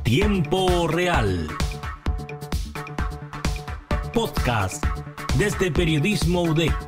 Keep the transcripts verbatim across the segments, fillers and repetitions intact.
Tiempo Real. Podcast desde Periodismo U D E C.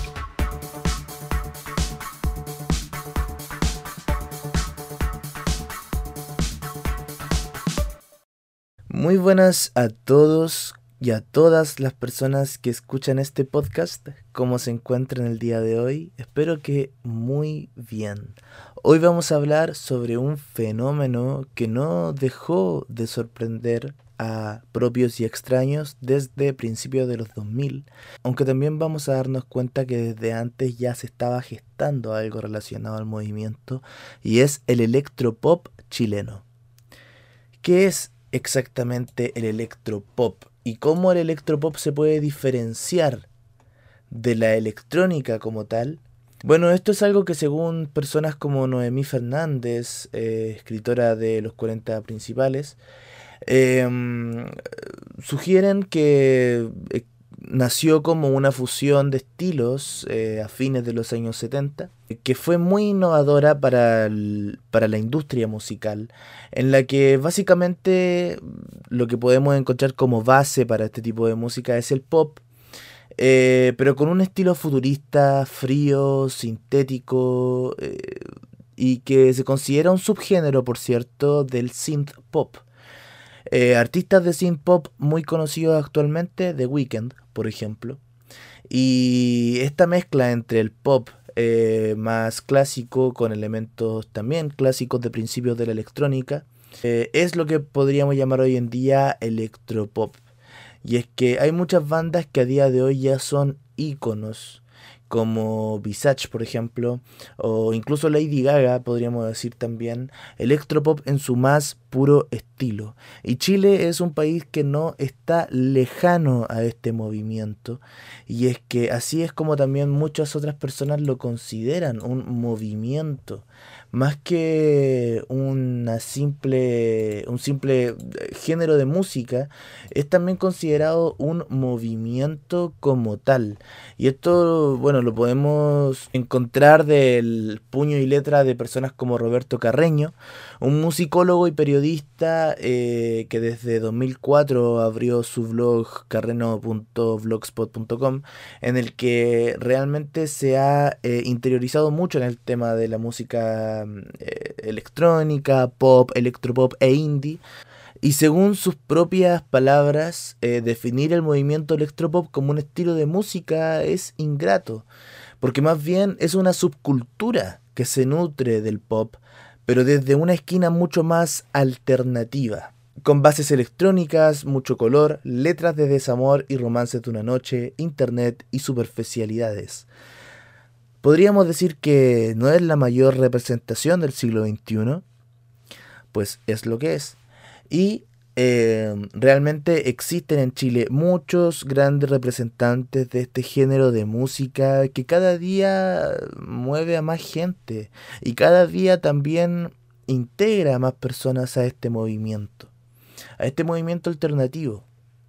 Muy buenas a todos y a todas las personas que escuchan este podcast. ¿Cómo se encuentran el día de hoy? Espero que muy bien. Hoy vamos a hablar sobre un fenómeno que no dejó de sorprender a propios y extraños desde principios de los dos mil, aunque también vamos a darnos cuenta que desde antes ya se estaba gestando algo relacionado al movimiento, y es el electropop chileno. ¿Qué es exactamente el electropop y cómo el electropop se puede diferenciar de la electrónica como tal? Bueno, esto es algo que según personas como Noemí Fernández, eh, escritora de Los cuarenta Principales, eh, sugieren que eh, nació como una fusión de estilos eh, a fines de los años setenta, que fue muy innovadora para, el, para la industria musical, en la que básicamente lo que podemos encontrar como base para este tipo de música es el pop, eh, pero con un estilo futurista, frío, sintético, eh, y que se considera un subgénero, por cierto, del synth pop. Eh, artistas de synth pop muy conocidos actualmente, The Weeknd, por ejemplo. Y esta mezcla entre el pop eh, más clásico con elementos también clásicos de principios de la electrónica eh, es lo que podríamos llamar hoy en día electropop. Y es que hay muchas bandas que a día de hoy ya son íconos, como Visage, por ejemplo, o incluso Lady Gaga, podríamos decir también, electropop en su más puro estilo. Y Chile es un país que no está lejano a este movimiento, y es que así es como también muchas otras personas lo consideran un movimiento, más que una simple, un simple género de música. Es también considerado un movimiento como tal. Y esto, bueno, lo podemos encontrar del puño y letra de personas como Roberto Carreño, un musicólogo y periodista eh, que desde dos mil cuatro abrió su blog carreno punto blogspot punto com, en el que realmente se ha eh, interiorizado mucho en el tema de la música eh, electrónica, pop, electropop e indie. Y según sus propias palabras, eh, definir el movimiento electropop como un estilo de música es ingrato, porque más bien es una subcultura que se nutre del pop, pero desde una esquina mucho más alternativa, con bases electrónicas, mucho color, letras de desamor y romances de una noche, internet y superficialidades. ¿Podríamos decir que no es la mayor representación del siglo veintiuno? Pues es lo que es. Y eh, realmente existen en Chile muchos grandes representantes de este género de música que cada día mueve a más gente y cada día también integra a más personas a este movimiento, a este movimiento alternativo.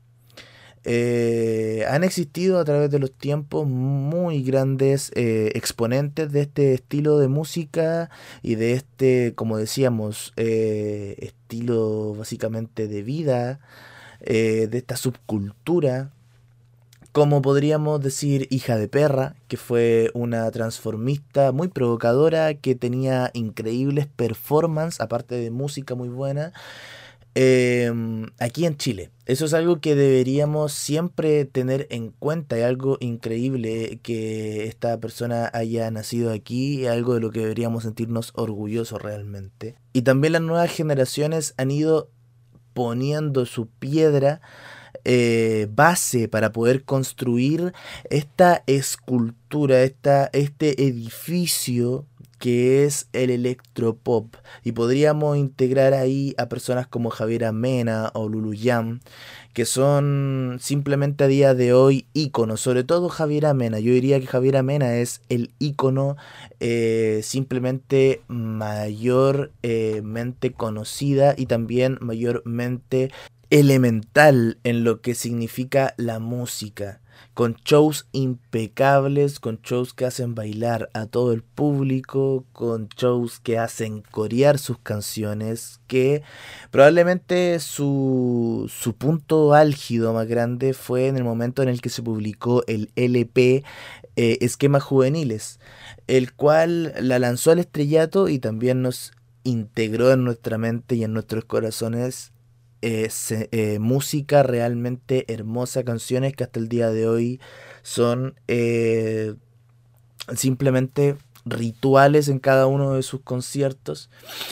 Eh, han existido a través de los tiempos muy grandes eh, exponentes de este estilo de música y de este, como decíamos, eh, estilo básicamente de vida, eh, de esta subcultura, como podríamos decir Hija de Perra, que fue una transformista muy provocadora que tenía increíbles performances, aparte de música muy buena. Eh, aquí en Chile. Eso es algo que deberíamos siempre tener en cuenta. Es algo increíble que esta persona haya nacido aquí, es algo de lo que deberíamos sentirnos orgullosos realmente. Y también las nuevas generaciones han ido poniendo su piedra eh, base para poder construir esta escultura, esta, este edificio que es el electropop, y podríamos integrar ahí a personas como Javiera Mena o Lulu Jam, que son simplemente a día de hoy íconos, sobre todo Javiera Mena. Yo diría que Javiera Mena es el ícono eh, simplemente mayormente conocida y también mayormente elemental en lo que significa la música. con shows impecables, con shows que hacen bailar a todo el público, con shows que hacen corear sus canciones, que probablemente su, su punto álgido más grande fue en el momento en el que se publicó el L P eh, Esquemas Juveniles, el cual la lanzó al estrellato y también nos integró en nuestra mente y en nuestros corazones eh, se, eh, música realmente hermosa, canciones que hasta el día de hoy son eh, simplemente rituales en cada uno de sus conciertos.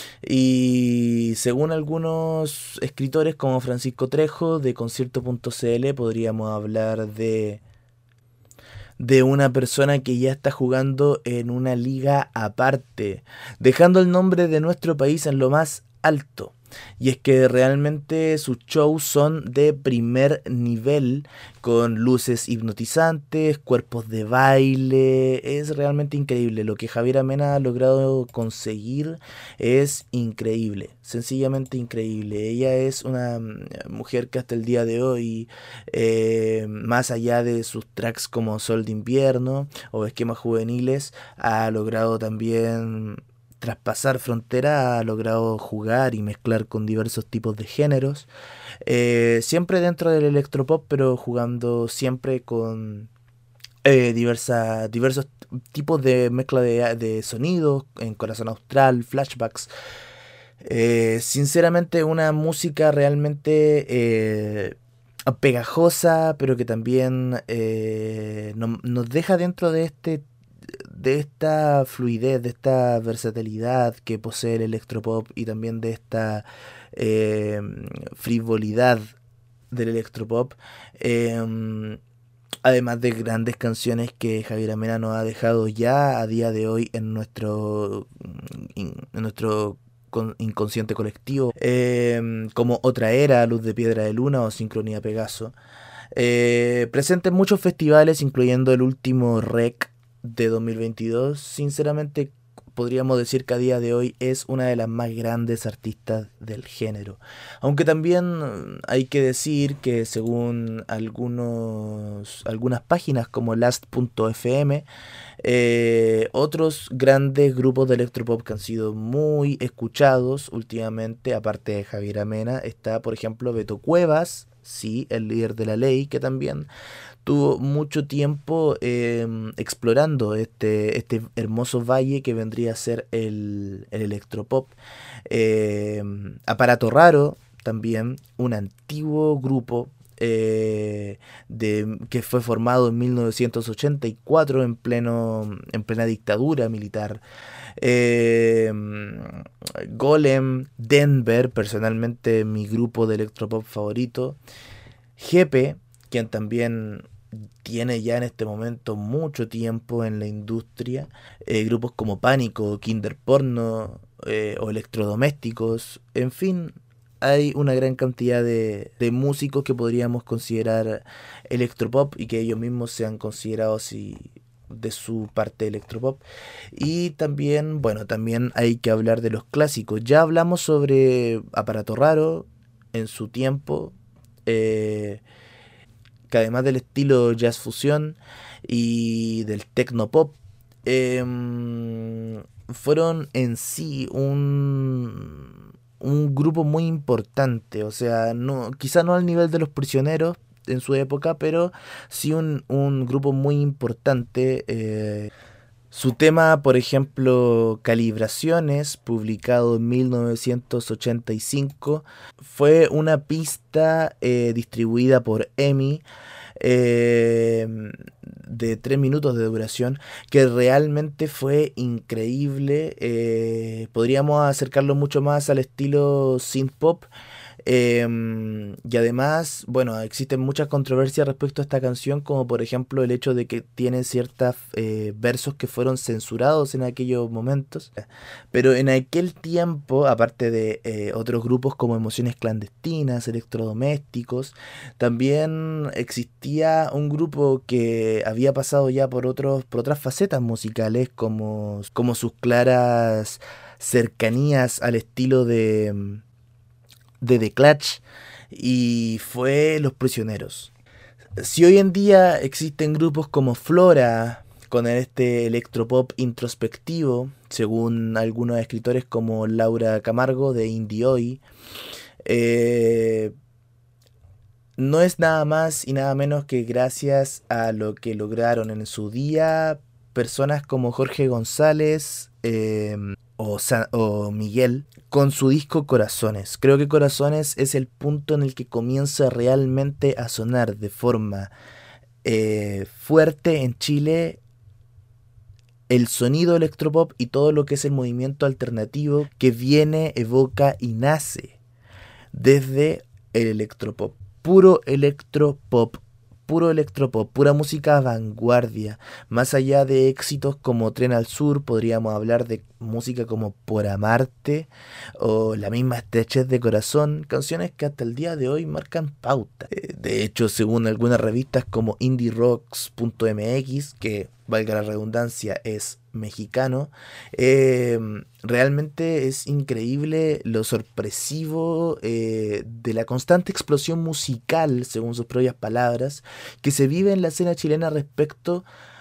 Y según algunos escritores como Francisco Trejo de concierto punto c l, podríamos hablar de de una persona que ya está jugando en una liga aparte, dejando el nombre de nuestro país en lo más alto. Y es que realmente sus shows son de primer nivel, con luces hipnotizantes, cuerpos de baile. Es realmente increíble. Lo que Javiera Mena ha logrado conseguir es increíble, sencillamente increíble. Ella es una mujer que hasta el día de hoy, eh, más allá de sus tracks como Sol de Invierno o Esquemas Juveniles, ha logrado también traspasar frontera, ha logrado jugar y mezclar con diversos tipos de géneros, eh, siempre dentro del electropop, pero jugando siempre con eh, diversa, diversos tipos de mezcla de, de sonidos, en Corazón Austral, flashbacks. Eh, sinceramente una música realmente eh, pegajosa, pero que también eh, no, nos deja dentro de este de esta fluidez, de esta versatilidad que posee el electropop y también de esta eh, frivolidad del electropop, eh, además de grandes canciones que Javiera Mena nos ha dejado ya a día de hoy en nuestro, en nuestro inconsciente colectivo, eh, como Otra Era, Luz de Piedra de Luna o Sincronía Pegaso. Eh, presente en muchos festivales, incluyendo el último R E C de dos mil veintidós. Sinceramente podríamos decir que a día de hoy es una de las más grandes artistas del género, aunque también hay que decir que según algunos algunas páginas como last punto f m, eh, otros grandes grupos de electropop que han sido muy escuchados últimamente, aparte de Javiera Mena, está por ejemplo Beto Cuevas, sí, el líder de La Ley, que también tuvo mucho tiempo eh, explorando este, este hermoso valle que vendría a ser el, el electropop. Eh, Aparato Raro, también un antiguo grupo eh, de, que fue formado en mil novecientos ochenta y cuatro en, pleno, en plena dictadura militar. Eh, Golem, Denver, personalmente mi grupo de electropop favorito. Jepe, quien también tiene ya en este momento mucho tiempo en la industria, eh, grupos como Pánico, Kinder Porno eh, o Electrodomésticos, en fin, hay una gran cantidad de, de músicos que podríamos considerar electropop y que ellos mismos se han considerado así de su parte electropop. Y también, bueno, también hay que hablar de los clásicos. Ya hablamos sobre Aparato Raro en su tiempo, eh, que además del estilo jazz fusión y del tecnopop, eh, fueron en sí un, un grupo muy importante. O sea, no, quizá no al nivel de Los Prisioneros en su época, pero sí un, un grupo muy importante. Eh, su tema, por ejemplo, Calibraciones, publicado en mil novecientos ochenta y cinco, fue una pista eh, distribuida por EMI, eh, de tres minutos de duración, que realmente fue increíble. Eh, podríamos acercarlo mucho más al estilo synth pop. Eh, y además, bueno, existen muchas controversias respecto a esta canción, como por ejemplo el hecho de que tiene ciertos eh, versos que fueron censurados en aquellos momentos. Pero en aquel tiempo, aparte de eh, otros grupos como Emociones Clandestinas, Electrodomésticos, también existía un grupo que había pasado ya por, otros, por otras facetas musicales, como, como sus claras cercanías al estilo de... de The Clash, y fue Los Prisioneros. Si hoy en día existen grupos como Flora, con este electropop introspectivo, según algunos escritores como Laura Camargo de Indie Hoy, eh, no es nada más y nada menos que gracias a lo que lograron en su día personas como Jorge González eh, o, Sa- o Miguel con su disco Corazones. Creo que Corazones es el punto en el que comienza realmente a sonar de forma eh, fuerte en Chile el sonido electropop y todo lo que es el movimiento alternativo que viene, evoca y nace desde el electropop. Puro electropop, puro electropop, pura música vanguardia. Más allá de éxitos como Tren al Sur, podríamos hablar de música como Por Amarte o la misma Estrechez de Corazón, canciones que hasta el día de hoy marcan pauta. Eh, De hecho, según algunas revistas como indie rocks punto m x, que valga la redundancia es mexicano, eh, realmente es increíble lo sorpresivo eh, de la constante explosión musical, según sus propias palabras, que se vive en la escena chilena respecto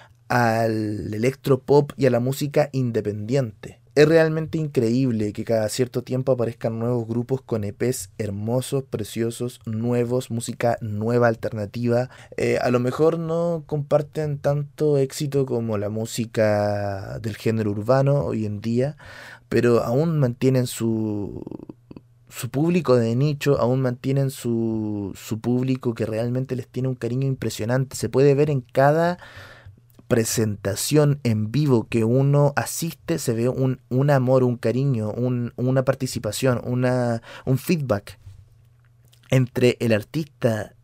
al electropop y a la música independiente. Es realmente increíble que cada cierto tiempo aparezcan nuevos grupos con E Pes hermosos, preciosos, nuevos, música nueva, alternativa. Eh, a lo mejor no comparten tanto éxito como la música del género urbano hoy en día, pero aún mantienen su, su público de nicho, aún mantienen su, su público que realmente les tiene un cariño impresionante. Se puede ver en cada presentación en vivo que uno asiste, se ve un, un amor, un cariño, un, una participación, una, un feedback entre el artista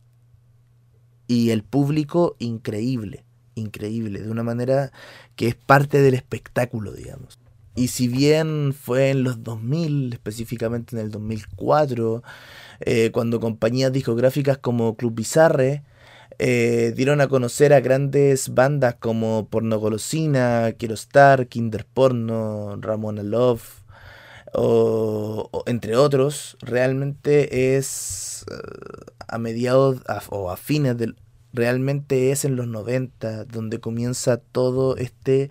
y el público increíble, increíble, de una manera que es parte del espectáculo, digamos. Y si bien fue en los dos mil, específicamente en el dos mil cuatro, eh, cuando compañías discográficas como Club Bizarre eh, dieron a conocer a grandes bandas como Pornogolosina, Quiero Star, Kinder Porno, Ramona Love, o, o entre otros, realmente es eh, a mediados a- o a fines del... Realmente es en los noventa donde comienza todo este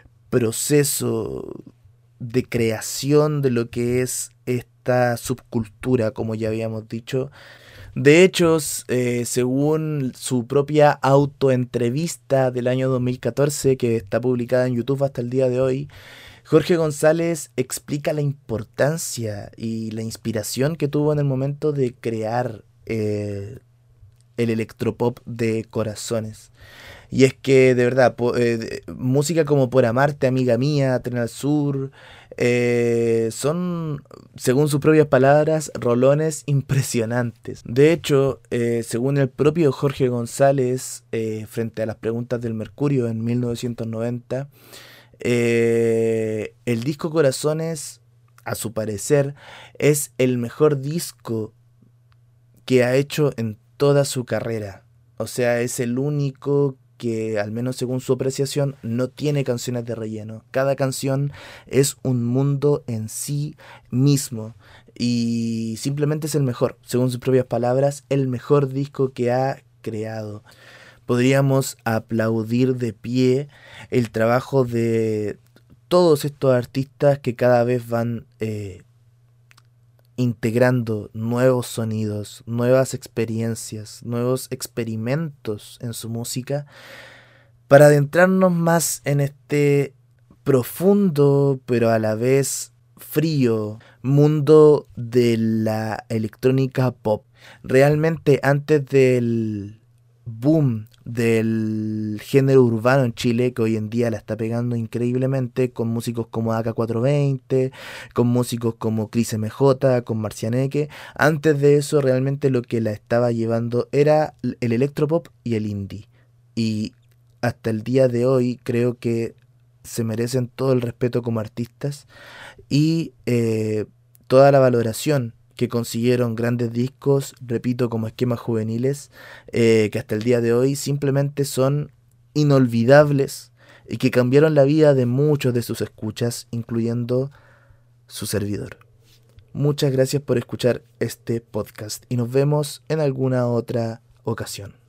proceso de creación de lo que es esta subcultura, como ya habíamos dicho. De hecho, s- eh, según su propia autoentrevista del año dos mil catorce, que está publicada en YouTube hasta el día de hoy, Jorge González explica la importancia y la inspiración que tuvo en el momento de crear eh, el electropop de Corazones. Y es que, de verdad, po- eh, de- música como Por Amarte, Amiga Mía, Tren al Sur, eh, son, según sus propias palabras, rolones impresionantes. De hecho, eh, según el propio Jorge González, eh, frente a las preguntas del Mercurio en mil novecientos noventa, eh, el disco Corazones, a su parecer, es el mejor disco que ha hecho en toda su carrera. O sea, es el único que, al menos según su apreciación, no tiene canciones de relleno. Cada canción es un mundo en sí mismo. Y simplemente es el mejor, según sus propias palabras, el mejor disco que ha creado. Podríamos aplaudir de pie el trabajo de todos estos artistas que cada vez van eh, integrando nuevos sonidos, nuevas experiencias, nuevos experimentos en su música para adentrarnos más en este profundo pero a la vez frío mundo de la electrónica pop. Realmente antes del boom del género urbano en Chile, que hoy en día la está pegando increíblemente con músicos como A K cuatrocientos veinte, con músicos como Chris M J, con Marcianeque. Antes de eso, realmente lo que la estaba llevando era el electropop y el indie. Y hasta el día de hoy creo que se merecen todo el respeto como artistas y eh, toda la valoración que consiguieron grandes discos, repito, como Esquemas Juveniles, eh, que hasta el día de hoy simplemente son inolvidables y que cambiaron la vida de muchos de sus escuchas, incluyendo su servidor. Muchas gracias por escuchar este podcast y nos vemos en alguna otra ocasión.